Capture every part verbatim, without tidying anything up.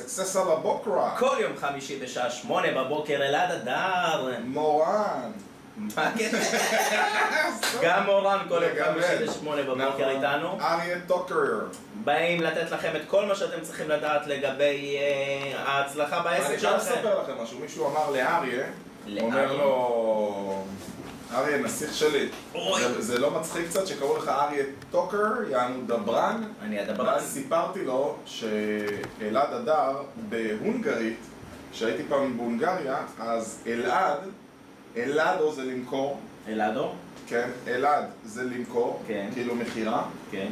סקסס על הבוקרה. כל יום חמישי בשעה שמונה בבוקר אלעד אדר. מורן. מה הקטע? גם מורן כל יום חמישי בשמונה בבוקר איתנו. אריה טוקר. באים לתת לכם את כל מה שאתם צריכים לדעת לגבי ההצלחה בעסק שלכם. אני חייב לספר לכם משהו, מישהו אמר לאריה, אומר לו, אריה נסיך שלי, זה לא מצחיק קצת שקראו לך אריה טוקר, יענו דברן? אני הדברן. ואז סיפרתי לו שאלעד אדר בהונגרית, שהייתי פעם בהונגריה, אז אלעד, אלעדו זה למכור. אלעדו? כן, אלעד זה למכור, כאילו מחירה,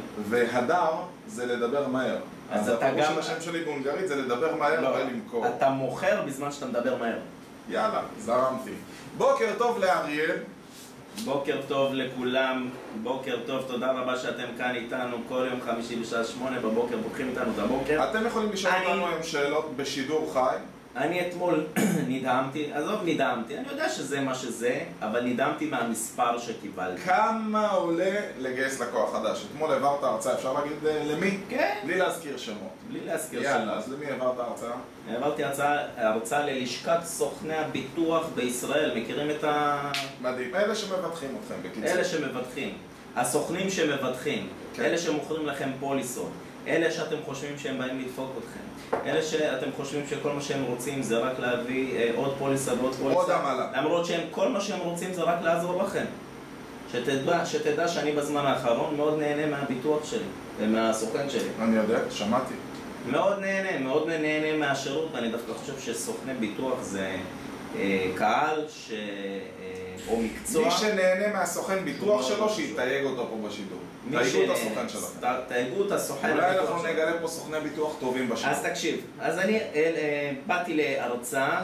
והדר זה לדבר מהר. אז הפירוש של השם שלי בהונגרית זה לדבר מהר ולמכור. אתה מוכר בזמן שאתה מדבר מהר. יאללה, זרמתי. בוקר טוב לאריאל. בוקר טוב לכולם, בוקר טוב, תודה רבה שאתם כאן איתנו כל יום חמישי בשעה שמונה בבוקר, בוקרים איתנו את הבוקר. אתם יכולים לשאול אותנו עם שאלות בשידור חי. אני אתמול נדהמתי, עזוב נדהמתי, אני יודע שזה מה שזה, אבל נדהמתי מהמספר שקיבלתי. כמה עולה לגייס לקוח חדש? אתמול העברת הרצאה, אפשר להגיד למי? כן. בלי להזכיר שמות. בלי להזכיר שמות. יאללה, אז למי העברת הרצאה? העברתי הרצאה ללשכת סוכני הביטוח בישראל, מכירים את ה... מדהים, אלה שמבטחים אתכם בקיצור. אלה שמבטחים, הסוכנים שמבטחים, אלה שמוכרים לכם פוליסות. אלה שאתם חושבים שהם באים לדפוק אתכם, אלה שאתם חושבים שכל מה שהם רוצים זה רק להביא אה, עוד פוליסה ועוד פוליסה, עוד עמלה. למרות שכל מה שהם רוצים זה רק לעזור לכם. שתדע, שתדע שאני בזמן האחרון מאוד נהנה מהביטוח שלי ומהסוכן שלי. אני יודע, שמעתי. מאוד נהנה, מאוד נהנה מהשירות, ואני דווקא חושב שסוכני ביטוח זה אה, קהל ש... או מקצוע. מי שנהנה מהסוכן ביטוח שלו, שיתייג אותו פה בשידור. תייגו את הסוכן שלכם. תייגו את הסוכן ביטוח שלכם. אולי אנחנו נגלה פה סוכני ביטוח טובים בשידור. אז תקשיב, אז אני באתי להרצאה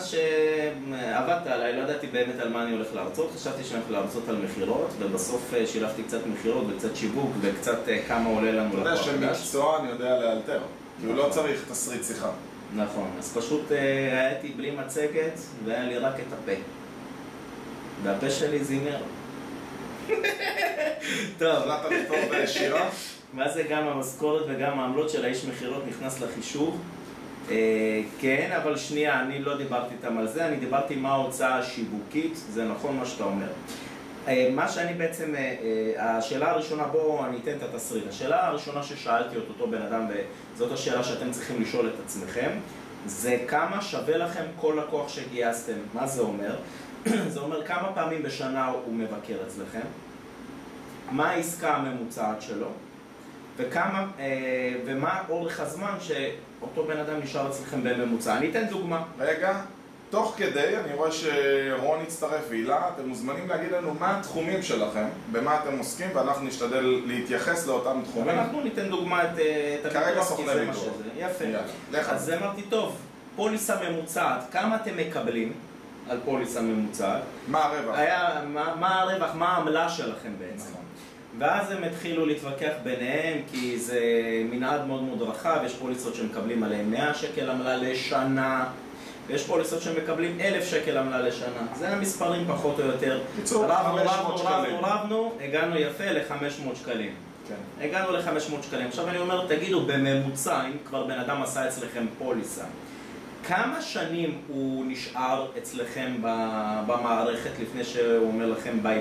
שעבדת עליי, לא ידעתי באמת על מה אני הולך להרצות, חשבתי שאני הולך להרצות על מחירות, ובסוף שילבתי קצת מחירות וקצת שיווק וקצת כמה עולה לנו לקוח חדש. אתה יודע שמקצוע אני יודע לאלתר, כי הוא לא צריך תסריט שיחה. נכון, אז פשוט הייתי בלי מצגת והיה לי רק את הפה. והפה שלי זימר. טוב. החלטת לכתוב שירה? מה זה גם המשכורת וגם העמלות של האיש מחירות נכנס לחישוב? כן, אבל שנייה, אני לא דיברתי איתם על זה, אני דיברתי מה ההוצאה השיווקית, זה נכון מה שאתה אומר. מה שאני בעצם, השאלה הראשונה, בואו אני אתן את התסריט. השאלה הראשונה ששאלתי את אותו בן אדם, וזאת השאלה שאתם צריכים לשאול את עצמכם, זה כמה שווה לכם כל לקוח שגייסתם. מה זה אומר? זה אומר כמה פעמים בשנה הוא מבקר אצלכם, מה העסקה הממוצעת שלו, וכמה, ומה אורך הזמן שאותו בן אדם נשאר אצלכם בממוצע. אני אתן דוגמה. רגע, תוך כדי, אני רואה שרון הצטרף והילה, אתם מוזמנים להגיד לנו מה התחומים שלכם, במה אתם עוסקים, ואנחנו נשתדל להתייחס לאותם תחומים. אנחנו ניתן דוגמה את הביטוח, כרגע סוכני ביטוח. יפה. אז אמרתי, טוב, פוליסה ממוצעת, כמה אתם מקבלים על פוליסה ממוצעת? מה הרווח? היה, מה, מה הרווח, מה העמלה שלכם בעצם? נכון. ואז הם התחילו להתווכח ביניהם, כי זה מנעד מאוד מאוד רחב, יש פוליסות שמקבלים עליהם מאה שקל עמלה לשנה, ויש פוליסות שמקבלים אלף שקל עמלה לשנה. זה המספרים פחות או יותר. קיצור, רבנו, חמש רבנו, מאות שקלים. רבנו, רבנו, הגענו יפה ל-חמש מאות שקלים. כן. הגענו ל-חמש מאות שקלים. עכשיו אני אומר, תגידו, בממוצע, אם כבר בן אדם עשה אצלכם פוליסה, כמה שנים הוא נשאר אצלכם במערכת לפני שהוא אומר לכם ביי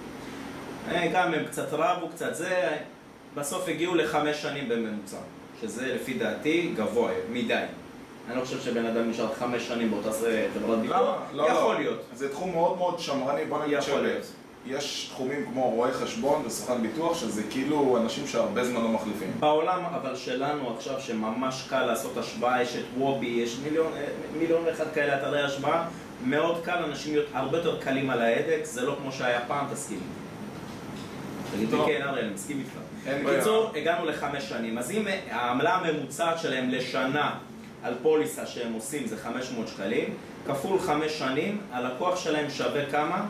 ביי? גם הם קצת רבו, קצת זה, בסוף הגיעו לחמש שנים בממוצע, שזה לפי דעתי גבוה, מדי. אני לא חושב שבן אדם נשאר חמש שנים באותה חברת ביטוח. לא, יכול לא. להיות. זה תחום מאוד מאוד שמרני, בוא נגיד שיש תחומים כמו רואי חשבון וסוכן ביטוח, שזה כאילו אנשים שהרבה זמן לא מחליפים. בעולם אבל שלנו עכשיו שממש קל לעשות השוואה, יש את וובי, יש מיליון, מיליון ואחד כאלה אתרי השוואה, מאוד קל, אנשים להיות הרבה יותר קלים על ההדק, זה לא כמו שהיה פעם, תסכים. תגיד לי כן, אריה, אני מסכים איתך. בקיצור, הגענו לחמש שנים, אז אם העמלה הממוצעת שלהם לשנה על פוליסה שהם עושים זה חמש מאות שקלים, כפול חמש שנים, הלקוח שלהם שווה כמה?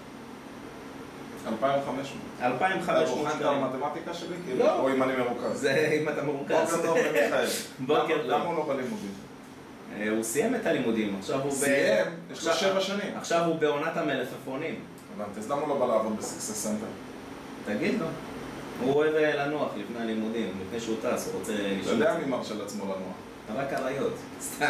אלפיים וחמש מאות. אלפיים וחמש מאות שקלים. אתה בוחן את המתמטיקה שלי? לא. או אם אני מרוכז? זה אם אתה מרוכז. בוקר טוב למיכאל. בוקר טוב. למה הוא לא בלימודים? הוא סיים את הלימודים, עכשיו הוא ב... סיים? יש לו שבע שנים. עכשיו הוא בעונת המלפפונים. הבנתי, אז למה הוא לא בא לעבוד בסקסס סנטר? תגיד לו. הוא אוהב לנוח לפני הלימודים, לפני שהוא טס, הוא רוצה... אתה יודע מי מרשה לעצמו לנוח? רק עריות, סתם.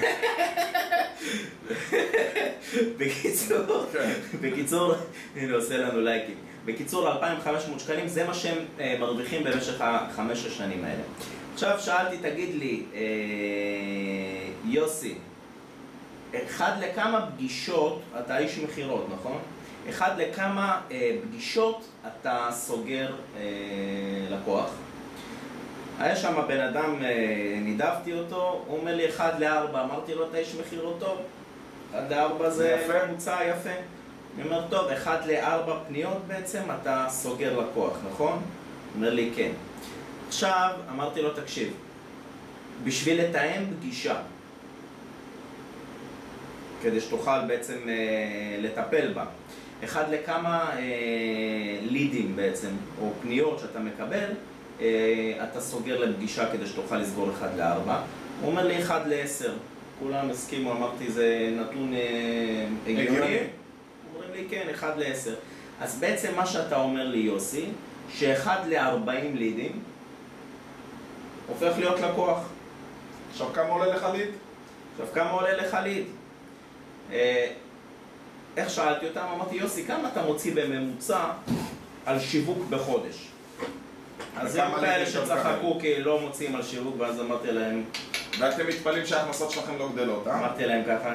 בקיצור, בקיצור, הנה עושה לנו לייקים. בקיצור, אלפיים וחמש מאות שקלים, זה מה שהם מרוויחים במשך החמש השנים האלה. עכשיו שאלתי, תגיד לי, יוסי, אחד לכמה פגישות, אתה איש מחירות, נכון? אחד לכמה פגישות אתה סוגר לקוח. היה שם בן אדם, נידבתי אותו, הוא אומר לי אחד לארבע, אמרתי לו, אתה איש מחירות טוב? אחד לארבע זה ממוצע יפה. אני אומר, טוב, אחד לארבע פניות בעצם אתה סוגר לקוח, נכון? הוא אומר לי, כן. עכשיו, אמרתי לו, תקשיב, בשביל לתאם פגישה, כדי שתוכל בעצם אה, לטפל בה, אחד לכמה אה, לידים בעצם, או פניות שאתה מקבל, אה, אתה סוגר לפגישה כדי שתוכל לסגור אחד לארבע. הוא אומר לי אחד לעשר. כולם הסכימו, אמרתי, זה נתון אה, הגיוני. אומרים לי, כן, אחד לעשר. אז בעצם מה שאתה אומר לי, יוסי, שאחד לארבעים לידים הופך להיות לקוח. עכשיו כמה עולה לך ליד? עכשיו כמה עולה לך ליד? אה, איך שאלתי אותם? אמרתי, יוסי, כמה אתה מוציא בממוצע על שיווק בחודש? אז הם כאלה שצחקו כי לא מוציאים על שיווק, ואז אמרתי להם... ואתם מתפלים שההכנסות שלכם לא גדלות, אה? אמרתי להם ככה.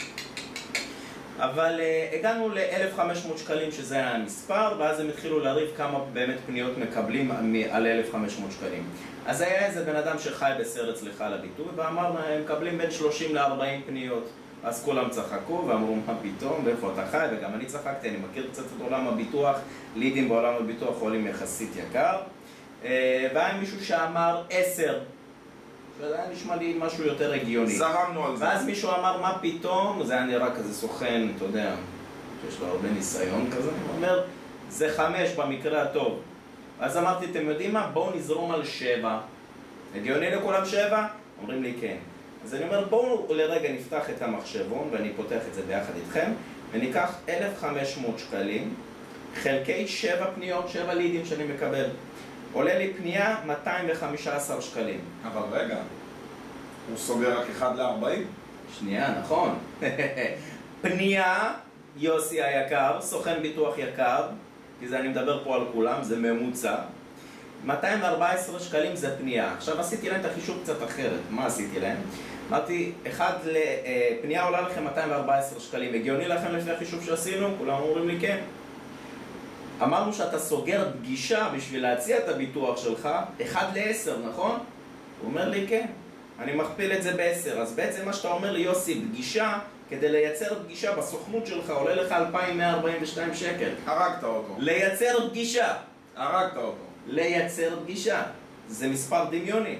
אבל uh, הגענו ל-אלף וחמש מאות שקלים, שזה היה המספר, ואז הם התחילו לריב כמה באמת פניות מקבלים על אלף וחמש מאות שקלים. אז היה איזה בן אדם שחי בסרט, סליחה על הביטוי, ואמר, הם מקבלים בין שלושים לארבעים פניות. אז כולם צחקו ואמרו, מה פתאום, ואיפה אתה חי? וגם אני צחקתי, אני מכיר קצת את עולם הביטוח, לידים בעולם הביטוח עולים יחסית יקר. והיה מישהו שאמר עשר. זה היה נשמע לי משהו יותר הגיוני. זרמנו על זה. ואז מישהו אמר, מה פתאום? זה היה נראה כזה סוכן, אתה יודע, שיש לו הרבה ניסיון כזה. הוא אומר, זה חמש במקרה הטוב. אז אמרתי, אתם יודעים מה? בואו נזרום על שבע. הגיוני לכולם שבע? אומרים לי כן. אז אני אומר, בואו לרגע נפתח את המחשבון, ואני פותח את זה ביחד איתכם, וניקח אלף וחמש מאות שקלים, חלקי שבע פניות, שבע לידים שאני מקבל. עולה לי פנייה מאתיים וחמישה עשר שקלים. אבל רגע, הוא סוגר רק אחד לארבעים? שנייה, נכון. פנייה, יוסי היקר, סוכן ביטוח יקר, כי זה אני מדבר פה על כולם, זה ממוצע. מאתיים וארבע עשרה שקלים זה פנייה. עכשיו עשיתי להם את החישוב קצת אחרת. מה עשיתי להם? אמרתי, אחד לפנייה עולה לכם מאתיים וארבע עשרה שקלים. הגיוני לכם לפי החישוב שעשינו? כולם אומרים לי כן. אמרנו שאתה סוגר פגישה בשביל להציע את הביטוח שלך, אחד לעשר, נכון? הוא אומר לי כן. אני מכפיל את זה בעשר. אז בעצם מה שאתה אומר לי, יוסי, פגישה, כדי לייצר פגישה בסוכנות שלך עולה לך אלפיים מאה ארבעים ושתיים שקל. הרגת אותו. לייצר פגישה. הרגת אותו. לייצר פגישה. זה מספר דמיוני.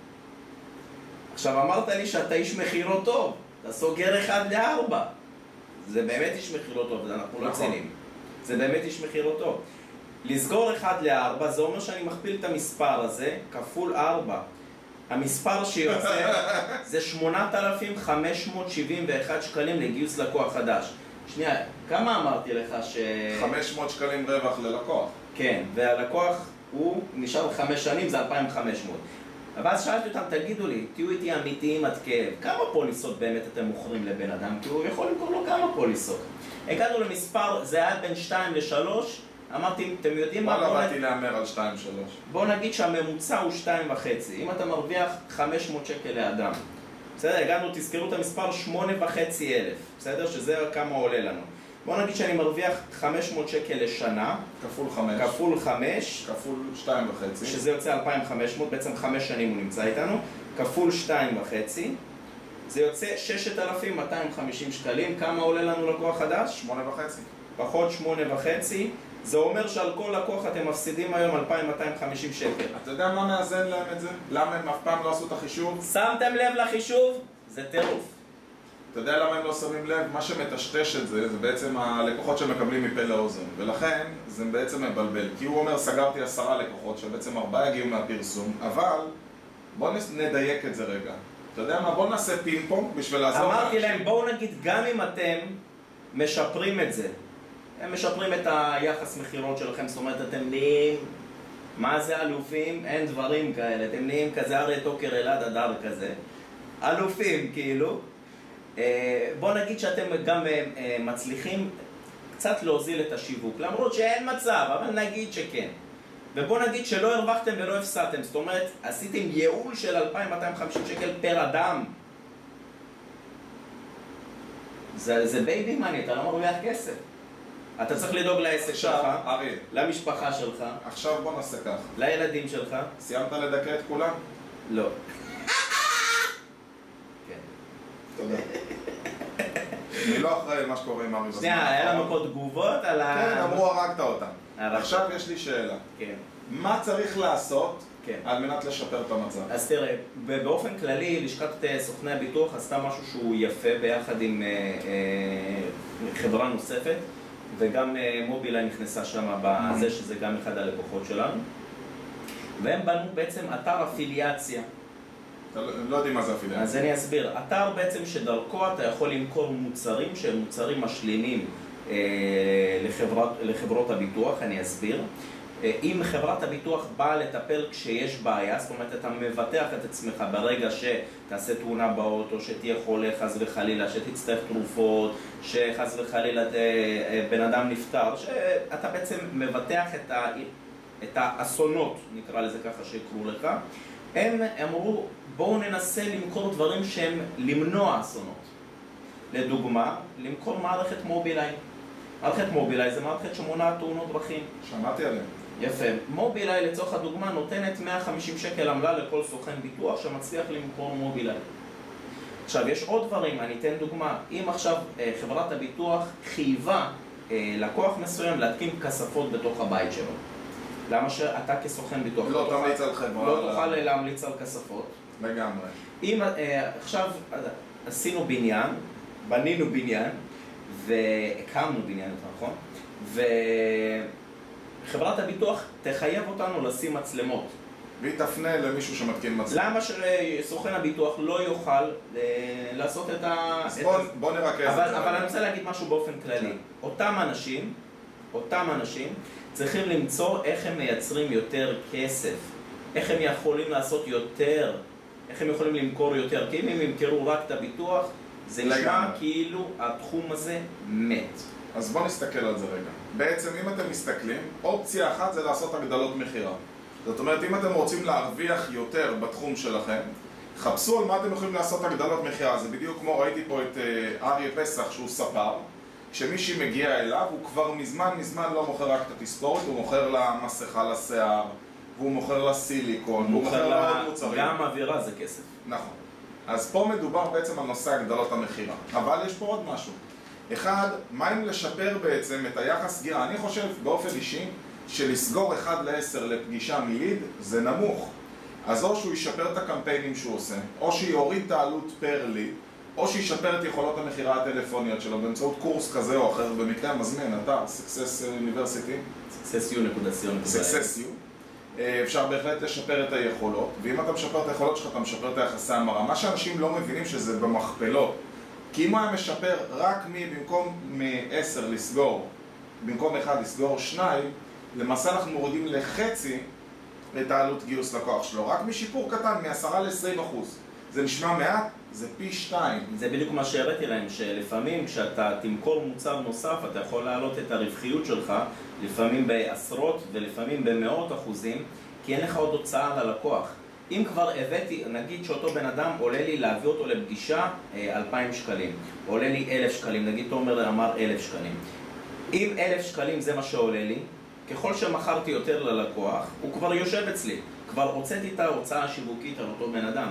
עכשיו אמרת לי שאתה איש מחירות טוב. אתה סוגר אחד לארבע. זה באמת איש מחירות טוב, אנחנו לא ציינים. זה באמת איש מחירות טוב. לסגור אחד לארבע, זה אומר שאני מכפיל את המספר הזה, כפול ארבע. המספר שיוצא זה שמונת אלפים חמש מאות שבעים ואחד שקלים לגיוס לקוח חדש. שנייה, כמה אמרתי לך ש... חמש מאות שקלים רווח ללקוח. כן, והלקוח הוא נשאר חמש שנים, זה אלפיים וחמש מאות. ואז שאלתי אותם, תגידו לי, תהיו איתי אמיתיים עד כאב, כמה פוליסות באמת אתם מוכרים לבן אדם? כי הוא יכול למכור לו כמה פוליסות. הגענו למספר, זה היה בין שתיים לשלוש, אמרתי, אתם יודעים מה? מה לא באתי להמר על שתיים שלוש? בואו נגיד שהממוצע הוא שתיים וחצי, אם אתה מרוויח חמש מאות שקל לאדם. בסדר, הגענו, תזכרו את המספר שמונה וחצי אלף, בסדר? שזה כמה עולה לנו. בואו נגיד שאני מרוויח חמש מאות שקל לשנה. כפול חמש. כפול חמש. כפול שתיים וחצי. שזה יוצא אלפיים וחמש מאות, בעצם חמש שנים הוא נמצא איתנו. כפול שתיים וחצי. זה יוצא ששת אלפים מאתיים וחמישים שקלים. כמה עולה לנו לקוח חדש? שמונה וחצי. פחות שמונה וחצי. זה אומר שעל כל לקוח אתם מפסידים היום אלפיים מאתיים וחמישים שקל. אתה יודע מה מאזן להם את זה? למה הם אף פעם לא עשו את החישוב? שמתם לב לחישוב? זה טירוף. אתה יודע למה הם לא שמים לב? מה שמטשטש את זה, זה בעצם הלקוחות שמקבלים מפה לאוזן. ולכן זה בעצם מבלבל. כי הוא אומר, סגרתי עשרה לקוחות, שבעצם ארבעה הגיעו מהפרסום, אבל בוא נדייק את זה רגע. אתה יודע מה? בוא נעשה פינג פונג בשביל לעזור. אמרתי להם, בואו נגיד, גם אם אתם משפרים את זה, הם משפרים את היחס מחירות שלכם, זאת אומרת, אתם נהיים, מה זה אלופים? אין דברים כאלה, אתם נהיים כזה אריה טוקר אלעד הדר כזה. אלופים, כאילו. בוא נגיד שאתם גם מצליחים קצת להוזיל את השיווק, למרות שאין מצב, אבל נגיד שכן. ובוא נגיד שלא הרווחתם ולא הפסדתם, זאת אומרת, עשיתם ייעול של אלפיים מאתיים וחמישים שקל פר אדם. זה, זה בייבי מני, אתה לא מרוויח כסף. אתה צריך לדאוג לעסק שלך, ארי, למשפחה שלך. עכשיו בוא נעשה ככה. לילדים שלך. סיימת לדכא את כולם? לא. כן. תודה. אני לא אחראי למה שקורה עם ארי בזמן. שנייה, היה לנו פה תגובות על ה... כן, אמרו הרגת אותם. עכשיו יש לי שאלה. כן. מה צריך לעשות כן. על מנת לשפר את המצב? אז תראה, באופן כללי, לשכת סוכני הביטוח עשתה משהו שהוא יפה ביחד עם אה, אה, חברה נוספת, וגם אה, מובילאיי נכנסה שם בזה, שזה גם אחד הלקוחות שלנו. והם בנו בעצם אתר אפיליאציה. אתה לא, לא יודעים מה זה אפיליאציה. אז אני אסביר. אתר בעצם שדרכו אתה יכול למכור מוצרים שהם מוצרים משלימים אה, לחברת, לחברות הביטוח, אני אסביר. אם חברת הביטוח באה לטפל כשיש בעיה, זאת אומרת אתה מבטח את עצמך ברגע שתעשה תאונה באוטו, שתהיה חולה חס וחלילה, שתצטרך תרופות, שחס וחלילה בן אדם נפטר, שאתה בעצם מבטח את, ה... את האסונות, נקרא לזה ככה שיקרו לך. הם אמרו בואו ננסה למכור דברים שהם למנוע אסונות. לדוגמה, למכור מערכת מובילאיי. מערכת מובילאיי זה מערכת שמונעת תאונות דרכים. שמעתי עליהם. יפה. מובילאיי לצורך הדוגמה נותנת מאה וחמישים שקל עמלה לכל סוכן ביטוח שמצליח למכור מובילאיי. עכשיו יש עוד דברים, אני אתן דוגמה. אם עכשיו חברת הביטוח חייבה לקוח מסוים להתקין כספות בתוך הבית שלו. למה שאתה כסוכן ביטוח לא תמליץ על חברה, לא תוכל להמליץ על כספות? לגמרי. אם עכשיו עשינו בניין, בנינו בניין והקמנו בניין, נכון? וחברת הביטוח תחייב אותנו לשים מצלמות. והיא תפנה למישהו שמתקין מצלמות. למה שסוכן הביטוח לא יוכל לעשות את ה... אז בוא, בוא נרכז את זה. אבל אני רוצה להגיד משהו באופן כללי. אותם אנשים, אותם אנשים צריכים למצוא איך הם מייצרים יותר כסף. איך הם יכולים לעשות יותר, איך הם יכולים למכור יותר. כי אם הם ימכרו רק את הביטוח, זה נשמע כאילו התחום הזה מת. אז בוא נסתכל על זה רגע. בעצם אם אתם מסתכלים, אופציה אחת זה לעשות הגדלות מחירה. זאת אומרת, אם אתם רוצים להרוויח יותר בתחום שלכם, חפשו על מה אתם יכולים לעשות הגדלות מחירה. זה בדיוק כמו ראיתי פה את אריה פסח שהוא ספר. כשמישהי מגיע אליו, הוא כבר מזמן מזמן לא מוכר רק את התספורת, הוא מוכר לה מסכה לשיער, והוא מוכר לה סיליקון, הוא מוכר לה עוד מוצרים. גם אווירה זה כסף. נכון. אז פה מדובר בעצם על נושא הגדלות המחירה. אבל יש פה עוד משהו. אחד, מה אם לשפר בעצם את היחס גירה? אני חושב באופן אישי שלסגור אחד לעשר לפגישה מיליד זה נמוך. אז או שהוא ישפר את הקמפיינים שהוא עושה, או שיוריד את העלות פר ליד, או שישפר את יכולות המחירה הטלפוניות שלו באמצעות קורס כזה או אחר. במקרה מזמין, אתר Success University, Success U נקודה C O נקודה I. Success U. אפשר בהחלט לשפר את היכולות, ואם אתה משפר את היכולות שלך, אתה משפר את היחסי המרה. מה שאנשים לא מבינים שזה במכפלות. כי אם הוא היה משפר רק מי, במקום מ-עשר לסגור, במקום אחד לסגור שניים, למעשה אנחנו מורידים לחצי את העלות גיוס לקוח שלו. רק משיפור קטן, מ-עשרה ל-עשרים אחוז. זה נשמע מעט, זה פי שתיים. זה בדיוק מה שהראיתי להם, שלפעמים כשאתה תמכור מוצר נוסף, אתה יכול להעלות את הרווחיות שלך, לפעמים בעשרות ולפעמים במאות אחוזים, כי אין לך עוד הוצאה ללקוח. אם כבר הבאתי, נגיד שאותו בן אדם עולה לי להביא אותו לפגישה אלפיים שקלים, עולה לי אלף שקלים, נגיד תומר אמר אלף שקלים. אם אלף שקלים זה מה שעולה לי, ככל שמכרתי יותר ללקוח, הוא כבר יושב אצלי, כבר הוצאתי את ההוצאה השיווקית על אותו בן אדם.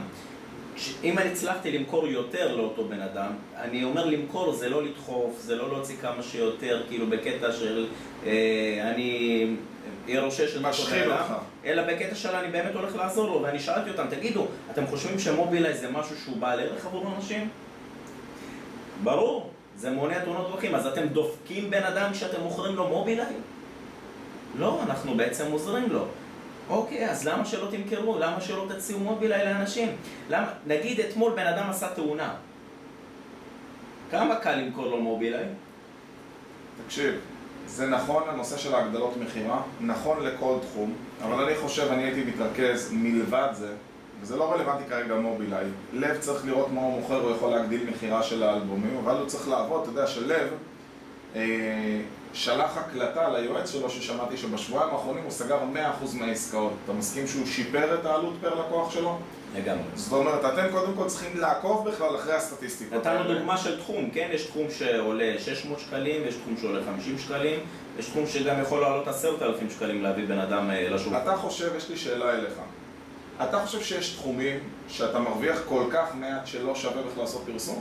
אם אני הצלחתי למכור יותר לאותו בן אדם, אני אומר למכור זה לא לדחוף, זה לא להוציא כמה שיותר, כאילו בקטע של אה, אני ירושש את אותו בן אדם, אלא בקטע של אני באמת הולך לעזור לו, ואני שאלתי אותם, תגידו, אתם חושבים שמובילאיי זה משהו שהוא בעל ערך עבור אנשים? ברור, זה מונע תאונות דרכים, אז אתם דופקים בן אדם כשאתם מוכרים לו מובילאיי? לא, אנחנו בעצם עוזרים לו. אוקיי, אז למה שלא תמכרו? למה שלא תציעו מובילאיי לאנשים? למה? נגיד אתמול בן אדם עשה תאונה. כמה קל למכור לו מובילאיי? תקשיב, זה נכון לנושא של ההגדלות מחירה, נכון לכל תחום, אבל אני חושב, אני הייתי מתרכז מלבד זה, וזה לא רלוונטי כרגע מובילאיי. לב צריך לראות מה הוא מוכר, הוא יכול להגדיל מחירה של האלבומים, אבל הוא צריך לעבוד, אתה יודע שלב אה, שלח הקלטה ליועץ שלו ששמעתי שבשבועיים האחרונים הוא סגר מאה אחוז מהעסקאות. אתה מסכים שהוא שיפר את העלות פר לקוח שלו? לגמרי. זאת אומרת, אתם קודם כל צריכים לעקוב בכלל אחרי הסטטיסטיקות. נתנו דוגמה של תחום, כן? יש תחום שעולה שש מאות שקלים, יש תחום שעולה חמישים שקלים, יש תחום שגם יכול לעלות עשרת אלפים שקלים להביא בן אדם לשוק. אתה חושב, יש לי שאלה אליך, אתה חושב שיש תחומים שאתה מרוויח כל כך מעט שלא שווה בכלל לעשות פרסום?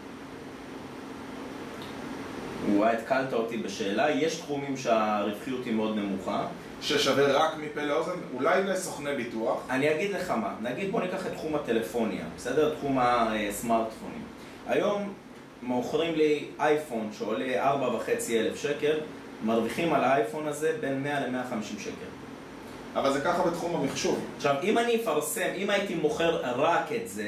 וואי, התקלת אותי בשאלה, יש תחומים שהרווחיות היא מאוד נמוכה. ששווה רק מפה לאוזן, אולי לסוכני ביטוח. אני אגיד לך מה, נגיד בוא ניקח את תחום הטלפוניה, בסדר? תחום הסמארטפונים. היום מוכרים לי אייפון שעולה ארבע וחצי אלף שקל, מרוויחים על האייפון הזה בין מאה למאה וחמישים שקל. אבל זה ככה בתחום המחשוב. עכשיו, אם אני אפרסם, אם הייתי מוכר רק את זה,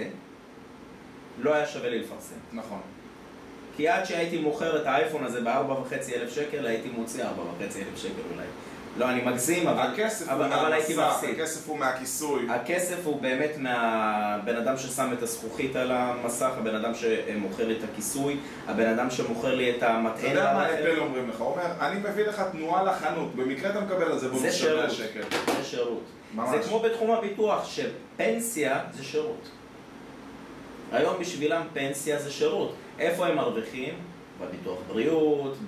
לא היה שווה לי לפרסם. נכון. כי עד שהייתי מוכר את האייפון הזה בארבע וחצי אלף שקל, הייתי מוציא ארבע וחצי אלף שקל אולי. לא, אני מגזים, אבל, הכסף אבל, הוא אבל הייתי מהמסך, מפסיד. הכסף הוא מהכיסוי. הכסף הוא באמת מהבן אדם ששם את הזכוכית על המסך, הבן אדם שמוכר את הכיסוי, הבן אדם שמוכר לי את המטען. אתה יודע מה אפל אומרים לך? הוא אומר, אני מביא לך תנועה לחנות, במקרה אתה מקבל על זה בונוס של מאה שקל. זה שירות. ממש. זה כמו בתחום הביטוח, שפנסיה זה שירות. היום בשבילם פנסיה זה שירות. איפה הם מרוויחים? בביטוח בריאות,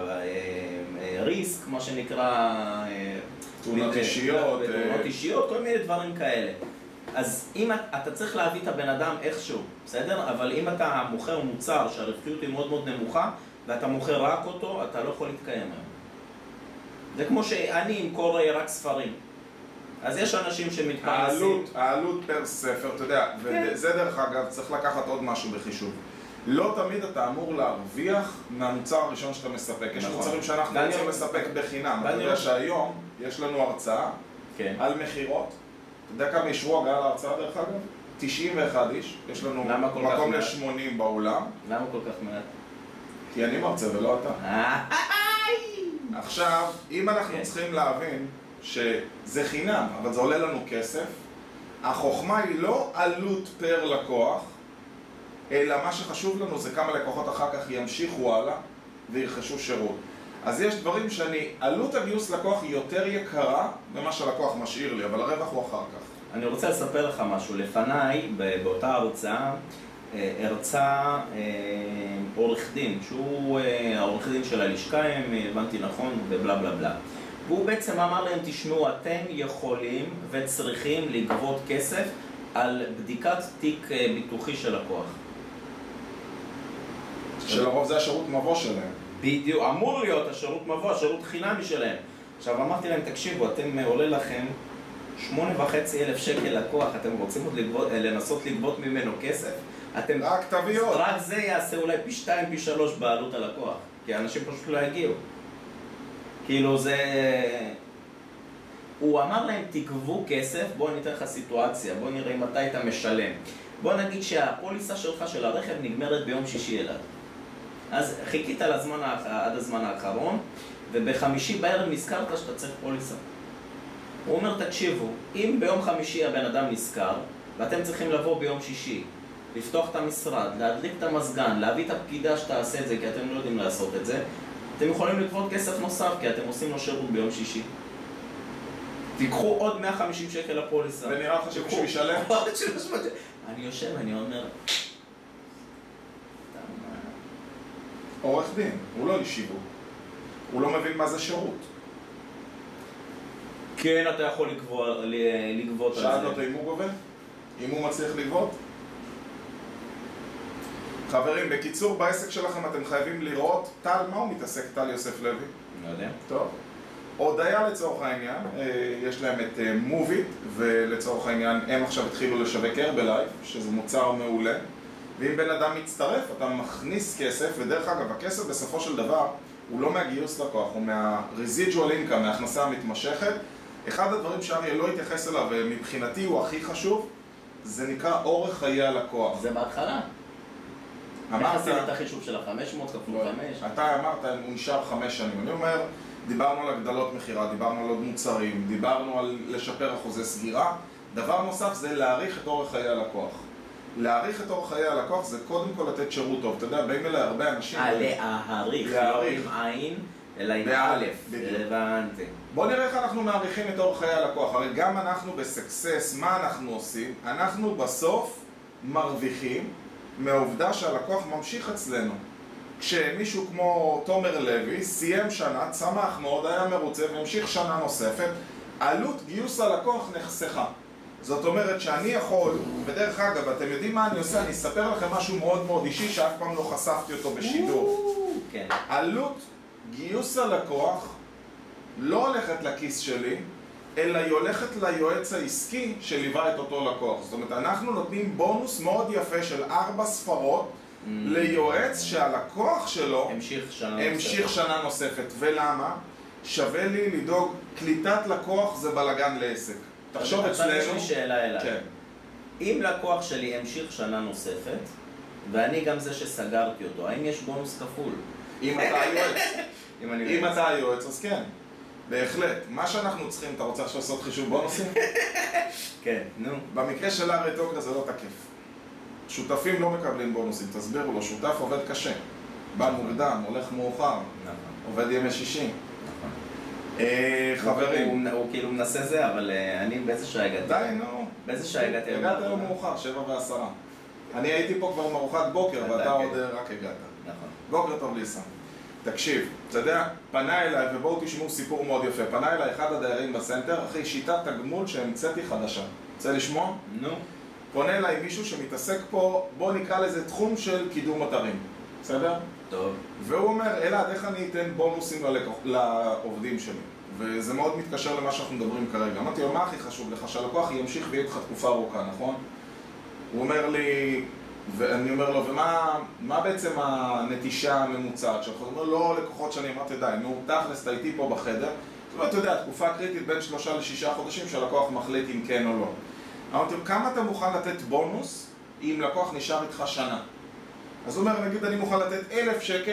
בריסק, מה שנקרא... תאונות אישיות. תאונות אישיות, כל מיני דברים כאלה. אז אם אתה צריך להביא את הבן אדם איכשהו, בסדר? אבל אם אתה מוכר מוצר שהרווחיות היא מאוד מאוד נמוכה, ואתה מוכר רק אותו, אתה לא יכול להתקיים היום. זה כמו שאני אמכור רק ספרים. אז יש אנשים שמתפרנסים... העלות, העלות פר ספר, אתה יודע, וזה דרך אגב, צריך לקחת עוד משהו בחישוב. לא תמיד אתה אמור להרוויח מהמוצר הראשון שאתה מספק. יש מוצרים שאנחנו רוצים לספק בחינם. אתה יודע שהיום יש לנו הרצאה על מחירות. אתה יודע כמה אישרו הגעה להרצאה דרך אגב? תשעים ואחד איש. יש לנו מקום ל-שמונים באולם. למה כל כך מעט? כי אני מרצה ולא אתה. עכשיו, אם אנחנו צריכים להבין שזה חינם, אבל זה עולה לנו כסף, החוכמה היא לא עלות פר לקוח, אלא מה שחשוב לנו זה כמה לקוחות אחר כך ימשיכו הלאה וירכשו שירות. אז יש דברים שאני, עלות הגיוס לקוח היא יותר יקרה ממה שהלקוח משאיר לי, אבל הרווח הוא אחר כך. אני רוצה לספר לך משהו. לפניי, באותה הרצאה, הרצה עורך דין, שהוא העורך דין של הלשכה, אם הבנתי נכון, ובלה בלה בלה. והוא בעצם אמר להם, תשמעו, אתם יכולים וצריכים לגבות כסף על בדיקת תיק ביטוחי של לקוח. שלרוב זה השירות מבוא שלהם. בדיוק, אמור להיות השירות מבוא, השירות חינמי שלהם. עכשיו אמרתי להם, תקשיבו, אתם עולה לכם שמונה וחצי אלף שקל לקוח, אתם רוצים עוד לגבות, לנסות לגבות ממנו כסף? אתם... רק תביעות. רק זה יעשה אולי פי שתיים, פי שלוש בעלות הלקוח. כי האנשים פשוט לא יגיעו. כאילו זה... הוא אמר להם, תגבו כסף, בוא ניתן לך סיטואציה, בוא נראה אם אתה היית משלם. בוא נגיד שהפוליסה שלך של הרכב נגמרת ביום שישי אלעד. אז חיכית לזמן, עד הזמן האחרון, ובחמישי בערב נזכרת שאתה צריך פוליסה. הוא אומר, תקשיבו, אם ביום חמישי הבן אדם נזכר, ואתם צריכים לבוא ביום שישי, לפתוח את המשרד, להדליק את המזגן, להביא את הפקידה שתעשה את זה, כי אתם לא יודעים לעשות את זה, אתם יכולים לגבות כסף נוסף, כי אתם עושים לו שירות ביום שישי. תיקחו עוד מאה וחמישים שקל לפוליסה. ונראה לך שמישהו ישלם? אני יושב, אני אומר... עורך דין, הוא לא איש שיווק. הוא לא מבין מה זה שירות. כן, אתה יכול לגבות על זה. שאלת אותו אם הוא גובה? אם הוא מצליח לגבות? חברים, בקיצור, בעסק שלכם אתם חייבים לראות, טל, מה הוא מתעסק, טל יוסף לוי? לא יודע. טוב. הודיה לצורך העניין, יש להם את מוביט, ולצורך העניין הם עכשיו התחילו לשווק הרבלייף, שזה מוצר מעולה. ואם בן אדם מצטרף, אתה מכניס כסף, ודרך אגב, הכסף בסופו של דבר הוא לא מהגיוס לקוח, הוא מה-residual income, מההכנסה המתמשכת. אחד הדברים שאריה לא התייחס אליו, ומבחינתי הוא הכי חשוב, זה נקרא אורך חיי הלקוח. זה בהתחלה. איך עשית את החישוב של ה-חמש מאות כפול חמש? אתה אמרת, הוא נשאר חמש שנים. אני אומר, דיברנו על הגדלות מחירה, דיברנו על עוד מוצרים, דיברנו על לשפר אחוזי סגירה. דבר נוסף זה להאריך את אורך חיי הלקוח. להאריך את אורך חיי הלקוח זה קודם כל לתת שירות טוב. אתה יודע, באים אליי הרבה אנשים... אה, להאריך, לא עם עין, אלא עם א', הבנתי. בוא נראה איך אנחנו מעריכים את אורך חיי הלקוח. הרי גם אנחנו בסקסס, מה אנחנו עושים? אנחנו בסוף מרוויחים מהעובדה שהלקוח ממשיך אצלנו. כשמישהו כמו תומר לוי סיים שנה, צמח מאוד, היה מרוצה והמשיך שנה נוספת, עלות גיוס הלקוח נחסכה. זאת אומרת שאני יכול, בדרך אגב, אתם יודעים מה אני עושה? אני אספר לכם משהו מאוד מאוד אישי שאף פעם לא חשפתי אותו בשידור. כן. עלות גיוס הלקוח לא הולכת לכיס שלי, אלא היא הולכת ליועץ העסקי שליווה את אותו לקוח. זאת אומרת, אנחנו נותנים בונוס מאוד יפה של ארבע ספרות mm. ליועץ שהלקוח שלו המשיך שנה, המשיך נוספת. שנה נוספת. ולמה? שווה לי לדאוג, קליטת לקוח זה בלגן לעסק. תחשוב אצלנו... יש לי שאלה אליי. כן. אם לקוח שלי המשיך שנה נוספת, ואני גם זה שסגרתי אותו, האם יש בונוס כפול? אם אתה היועץ. אם, אני אם אתה היועץ, אז כן. בהחלט. מה שאנחנו צריכים, אתה רוצה עכשיו לעשות חישוב בונוסים? כן, נו. במקרה של אריטוקרה זה לא תקף. שותפים לא מקבלים בונוסים, תסבירו לו, שותף עובד קשה. בא מוקדם, הולך מאוחר, עובד ימי שישי. חברים. הוא כאילו מנסה זה, אבל אני באיזה שעה הגעתי? די, נו. באיזה שעה הגעתי? הגעת היום מאוחר, שבע ועשרה. אני הייתי פה כבר עם ארוחת בוקר, ואתה עוד רק הגעת. נכון. בוקר טוב ליסה. תקשיב, אתה יודע, פנה אליי, ובואו תשמעו סיפור מאוד יפה. פנה אליי אחד הדיירים בסנטר, אחרי שיטת תגמול שהמצאתי חדשה. רוצה לשמוע? נו. פונה אליי מישהו שמתעסק פה, בואו נקרא לזה תחום של קידום אתרים. בסדר? טוב. והוא אומר, אלעד, איך אני אתן בונוסים ללקוח, לעובדים שלי? וזה מאוד מתקשר למה שאנחנו מדברים כרגע. אמרתי לו, מה הכי חשוב לך? שהלקוח ימשיך ויהיה איתך תקופה ארוכה, נכון? הוא אומר לי, ואני אומר לו, ומה מה בעצם הנטישה הממוצעת שלך? הוא אומר, לא לקוחות שאני אמרתי, די, נו, תכלס, אתה איתי פה בחדר. זאת אומרת, אתה יודע, תקופה קריטית בין שלושה לשישה חודשים שהלקוח מחליט אם כן או לא. אמרתי לו, כמה אתה מוכן לתת בונוס אם לקוח נשאר איתך שנה? אז הוא אומר, נגיד, אני מוכן לתת אלף שקל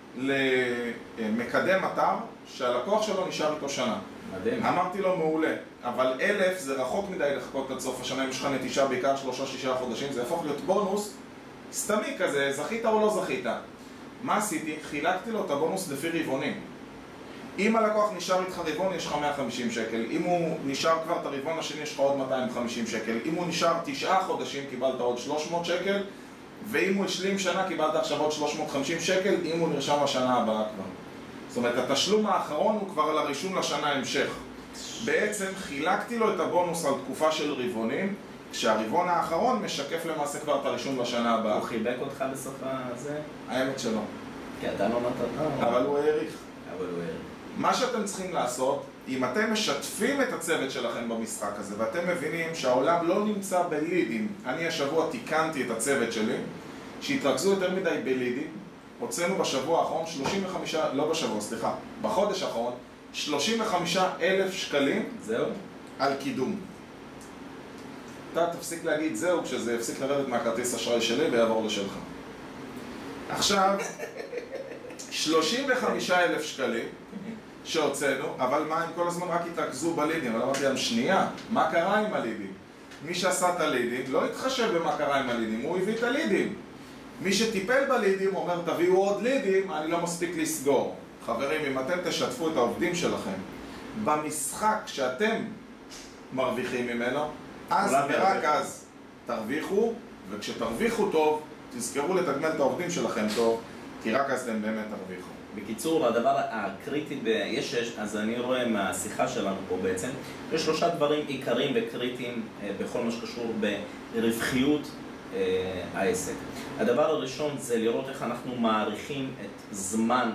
למקדם אתר שהלקוח שלו נשאר איתו שנה. מדהים. אמרתי לו, מעולה, אבל אלף זה רחוק מדי לחכות עד סוף השנה, אם יש לך נטישה בעיקר שלושה שישה חודשים, זה יהפוך להיות בונוס סתמי כזה, זכית או לא זכית. מה עשיתי? חילקתי לו את הבונוס לפי רבעונים. אם הלקוח נשאר איתך רבעון, יש לך מאה וחמישים שקל. אם הוא נשאר כבר את הרבעון השני, יש לך עוד מאתיים וחמישים שקל. אם הוא נשאר תשעה חודשים, קיבלת עוד שלוש מאות שקל. ואם הוא השלים שנה, קיבלת עכשיו עוד שלוש מאות וחמישים שקל, אם הוא נרשם השנה הבאה כבר. זאת אומרת, התשלום האחרון הוא כבר על הרישום לשנה המשך. בעצם חילקתי לו את הבונוס על תקופה של רבעונים, כשהרבעון האחרון משקף למעשה כבר את הרישום לשנה הבאה. הוא חיבק אותך בסוף הזה? האמת שלא. כי אתה לא נתת. אבל הוא העריך. אבל הוא העריך. מה שאתם צריכים לעשות, אם אתם משתפים את הצוות שלכם במשחק הזה, ואתם מבינים שהעולם לא נמצא בלידים, אני השבוע תיקנתי את הצוות שלי, שהתרכזו יותר מדי בלידים, הוצאנו בשבוע האחרון שלושים וחמישה, לא בשבוע, סליחה, בחודש האחרון, שלושים וחמישה אלף שקלים. זהו? על קידום. אתה תפסיק להגיד זהו כשזה יפסיק לרדת מהכרטיס אשראי שלי ויעבור לשלך. עכשיו, שלושים וחמישה אלף שקלים שהוצאנו, אבל מה, הם כל הזמן רק התרכזו בלידים. אבל אמרתי להם, שנייה, מה קרה עם הלידים? מי שעשה את הלידים לא התחשב במה קרה עם הלידים, הוא הביא את הלידים. מי שטיפל בלידים אומר, תביאו עוד לידים, אני לא מספיק לסגור. חברים, אם אתם תשתפו את העובדים שלכם במשחק שאתם מרוויחים ממנו, אז ורק אז תרוויחו, וכשתרוויחו טוב, תזכרו לתגמל את העובדים שלכם טוב, כי רק אז אתם באמת תרוויחו. בקיצור, הדבר הקריטי, יש, אז אני רואה מהשיחה שלנו פה בעצם, יש שלושה דברים עיקריים וקריטיים בכל מה שקשור ברווחיות העסק. הדבר הראשון זה לראות איך אנחנו מעריכים את זמן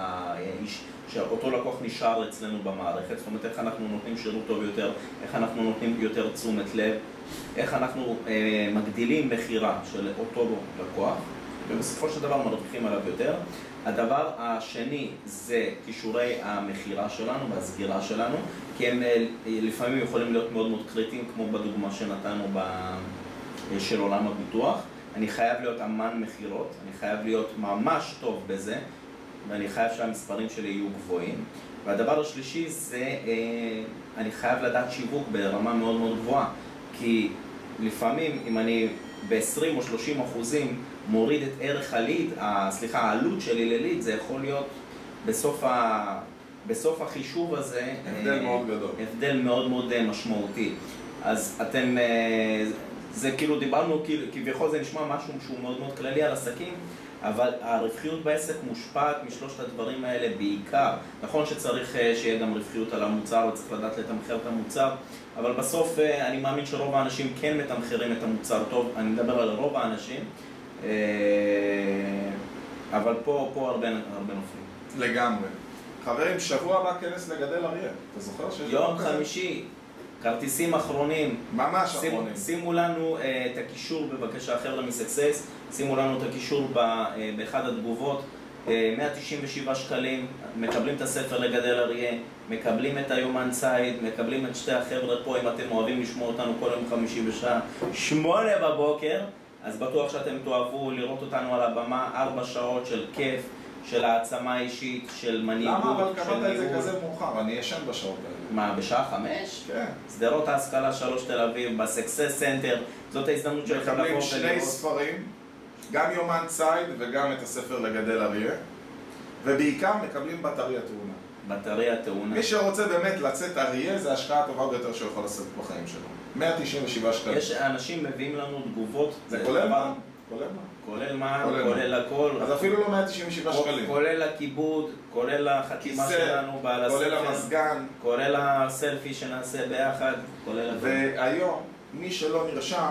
שאותו לקוח נשאר אצלנו במערכת, זאת אומרת איך אנחנו נותנים שירות טוב יותר, איך אנחנו נותנים יותר תשומת לב, איך אנחנו אה, מגדילים מחירה של אותו לקוח ובסופו של דבר מרוויחים עליו יותר. הדבר השני זה קישורי המחירה שלנו והסגירה שלנו, כי הם לפעמים יכולים להיות מאוד מאוד קריטיים, כמו בדוגמה שנתנו ב... של עולם הביטוח. אני חייב להיות אמן מחירות, אני חייב להיות ממש טוב בזה, ואני חייב שהמספרים שלי יהיו גבוהים. והדבר השלישי זה, אני חייב לדעת שיווק ברמה מאוד מאוד גבוהה, כי לפעמים אם אני ב-עשרים או שלושים אחוזים מוריד את ערך הליד, סליחה, העלות שלי לליד, זה יכול להיות בסוף, ה... בסוף החישוב הזה הבדל מאוד גדול. הבדל מאוד מאוד משמעותי. אז אתם, זה כאילו דיברנו, כביכול זה נשמע משהו שהוא מאוד מאוד כללי על עסקים, אבל הרווחיות בעסק מושפעת משלושת הדברים האלה בעיקר. נכון שצריך שיהיה גם רווחיות על המוצר וצריך לדעת לתמחר את המוצר, אבל בסוף אני מאמין שרוב האנשים כן מתמחרים את המוצר טוב, אני מדבר על רוב האנשים, אבל פה, פה הרבה, הרבה נופלים. לגמרי. חברים, שבוע הבא כנס לגדל אריה, אתה זוכר שיש... יום חמישי, כרטיסים אחרונים. ממש שימו, אחרונים. שימו לנו uh, את הקישור בבקשה, חבר'ה מסקסס, שימו לנו את הקישור ב, uh, באחד התגובות, uh, מאה תשעים ושבעה שקלים, מקבלים את הספר לגדל אריה, מקבלים את היומן ציד, מקבלים את שתי החבר'ה פה, אם אתם אוהבים לשמוע אותנו כל יום חמישי בשעה שמונה בבוקר, אז בטוח שאתם תאהבו לראות אותנו על הבמה, ארבע שעות של כיף, של העצמה אישית, של מנהיגות, למה? אבל של קבעת את זה ניהול. כזה מאוחר, אני ישן בשעות האלה. מה, בשעה חמש? כן. סדרות ההשכלה שלוש תל אביב, בסקסס סנטר, זאת ההזדמנות שלכם לבוא מקבלים ולראות. שני ספרים, גם יומן ציד וגם את הספר לגדל אריה, ובעיקר מקבלים בטריה תאונה. בטריה תאונה. מי שרוצה באמת לצאת אריה, זה ההשקעה הטובה ביותר שהוא יכול לעשות בחיים שלו. מאה תשעים ושבעה שקלים. יש אנשים מביאים לנו תגובות. זה כולל מה? כולל מה? כולל מה? כולל כולל הכל. אז אפילו לא מאה תשעים ושבעה שקלים. כולל הכיבוד, כולל החתימה כיסא, שלנו בעל כולל הספר. המזגן. כולל הסלפי שנעשה ביחד, כולל הכל. והיום, מי שלא נרשם,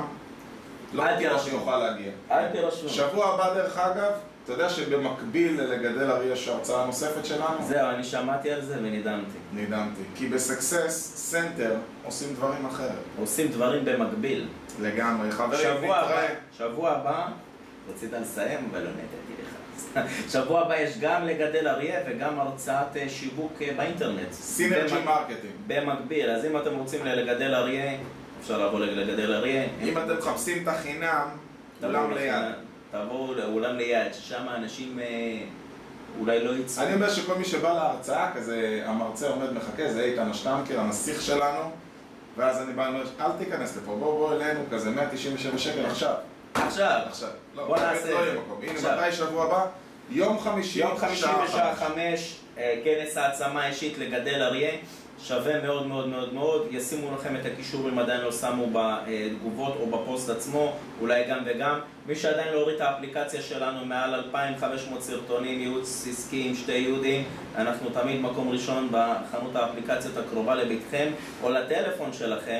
לא אל בטוח תירשמו. שיוכל להגיע. אל תירשמו. שבוע הבא דרך אגב, אתה יודע שבמקביל לגדל אריה יש הרצאה נוספת שלנו? זהו, אני שמעתי על זה ונדהמתי. נדהמתי. כי בסקסס סנטר עושים דברים אחרת. עושים דברים במקביל. לגמרי. חברים, שבוע הבא, נתראה. שבוע הבא, רצית לסיים אבל לא נתתי לך. שבוע הבא יש גם לגדל אריה וגם הרצאת אה, שיווק אה, באינטרנט. סינרג'י במק- מרקטינג. במקביל, אז אם אתם רוצים לגדל אריה, אפשר לבוא לגדל אריה. אם אתם מחפשים את החינם, אולם ליד. תבואו לאולם ליד, ששם האנשים אה, אולי לא יצאו. אני אומר שכל מי שבא להרצאה, כזה המרצה עומד מחכה, זה איתן השטמקר, הנסיך שלנו, ואז אני בא ואומר, אל תיכנס לפה, בוא בוא אלינו, כזה מאה תשעים ושבע שקל עכשיו. עכשיו, עכשיו. לא, בוא באמת נעשה לא את יהיה זה. מקום. הנה, עכשיו. מתי שבוע הבא? יום חמישי, יום חמישי שעה בשעה חמש. חמש, אה, כנס העצמה אישית לגדל אריה, שווה מאוד מאוד מאוד מאוד, ישימו לכם את הקישור אם עדיין לא שמו בתגובות או בפוסט עצמו, אולי גם וגם. מי שעדיין לא הוריד את האפליקציה שלנו, מעל אלפיים וחמש מאות סרטונים, ייעוץ עסקי עם שתי יהודים, אנחנו תמיד מקום ראשון בחנות האפליקציות הקרובה לביתכם או לטלפון שלכם.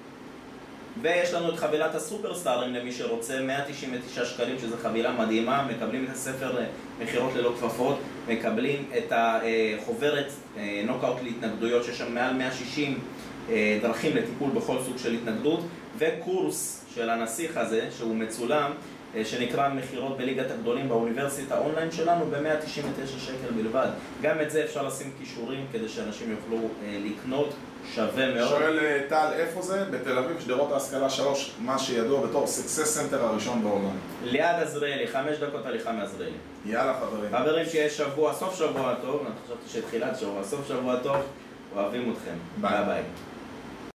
ויש לנו את חבילת הסופרסטארים למי שרוצה, מאה תשעים ותשעה שקלים, שזו חבילה מדהימה, מקבלים את הספר מחירות ללא כפפות, מקבלים את החוברת נוקאוט להתנגדויות, שיש שם מעל מאה ושישים דרכים לטיפול בכל סוג של התנגדות, וקורס של הנסיך הזה, שהוא מצולם, שנקרא מחירות בליגת הגדולים באוניברסיטה אונליין שלנו ב-מאה תשעים ותשעה שקל בלבד. גם את זה אפשר לשים קישורים כדי שאנשים יוכלו לקנות, שווה מאוד. שואל טל, איפה זה? בתל אביב, שדרות ההשכלה שלוש, מה שידוע בתור סקסס סנטר הראשון בעולם. ליד עזריאלי, חמש דקות הליכה מעזריאלי. יאללה חברים. חברים, שיש שבוע, סוף שבוע טוב, אני חשבתי שתחילת שבוע, סוף שבוע טוב, אוהבים אתכם. ביי. ביי ביי.